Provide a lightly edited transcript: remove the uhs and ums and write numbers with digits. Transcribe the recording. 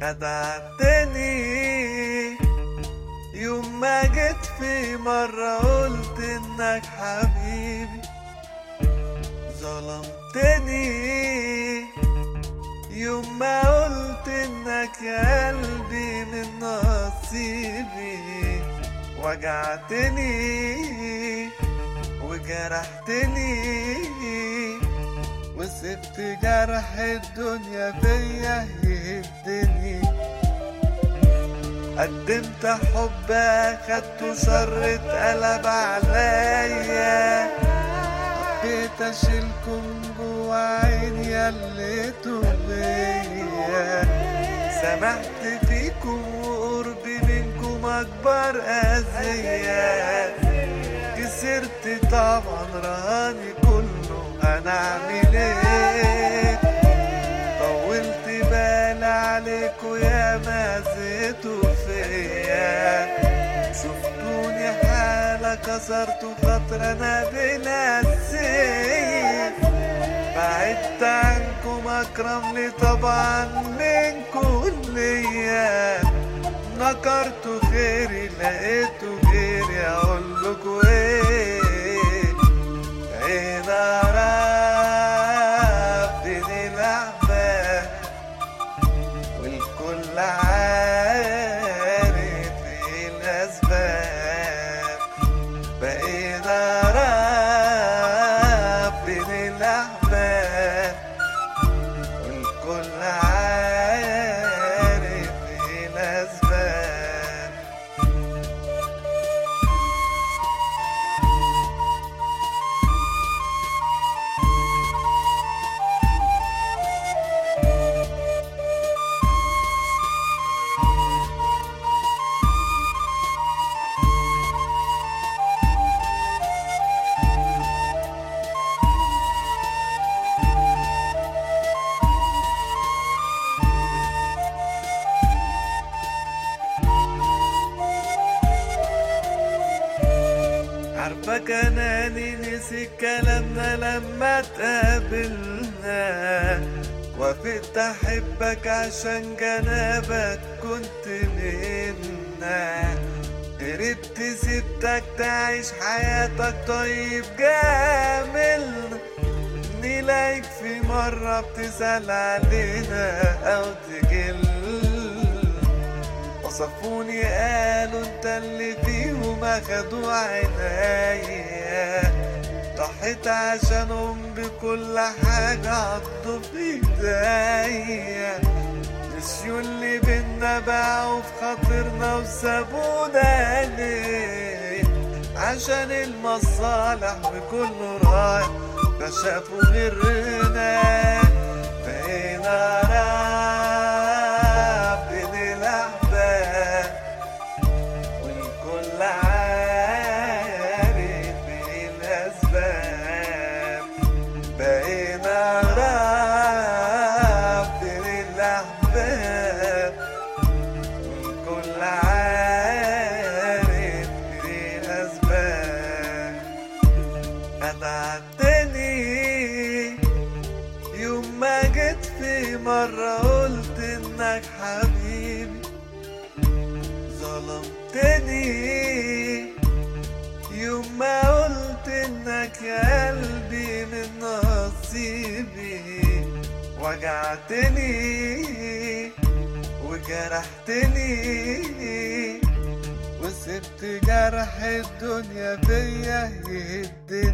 خدعتني يوم ما جيت في مرة قلت انك حبيبي، ظلمتني يوم ما قلت انك يا قلبي من نصيبي، وجعتني وجرحتني وسبت جرح الدنيا فيا يهدني. قدمت حب اخدته شر اتقلب عليا، حبيت اشيلكم جوا عيني يليتوا بيا، سمحت فيكم وقربي منكم اكبر اذية، كسرت طبعا رهاني كله انا اعمل ايه، طولت بالي عليكوا يا ما زيتوا فيا، شفتوني حالة كسرتوا خاطر انا بلا السيف، بعدت عنكم اكرم لي طبعا من كلية، نكرتوا خيري لقيتوا غيري اقولكوا ايه، عين اعرف بين الاحباب والكل عارف ايه الاسباب، بقينا اعرف بين الاحباب والكل عارف ايه الاسباب. عارفك اناني نسي كلامنا لما اتقابلنا، وافقت احبك عشان جنابك كنت منا، هربت سبتك تعيش حياتك طيب جامل، نلاقيك في مرة بتسأل علينا او تجل، وصفوني قالوا انت اللي فيهم اخدوا عنايا، ضحيت عشانهم بكل حاجة عضوا في ايديا، نسيوا اللي بينا باعوا في خاطرنا وسابونا ليه، عشان المصالح وكله رايح فشافوا غيرنا، بقينا راح بين الاحباب والكل عارف ايه الاسباب، بقينا راح بين الاحباب والكل عارف ايه الاسباب. خدعتني يوم ما جيت في مرة قلت انك حبيبي، ظلمتني يوم ما قلت انك يا قلبي من نصيبي، وجعتني وجرحتني وسبت جرح الدنيا فيا يهدني.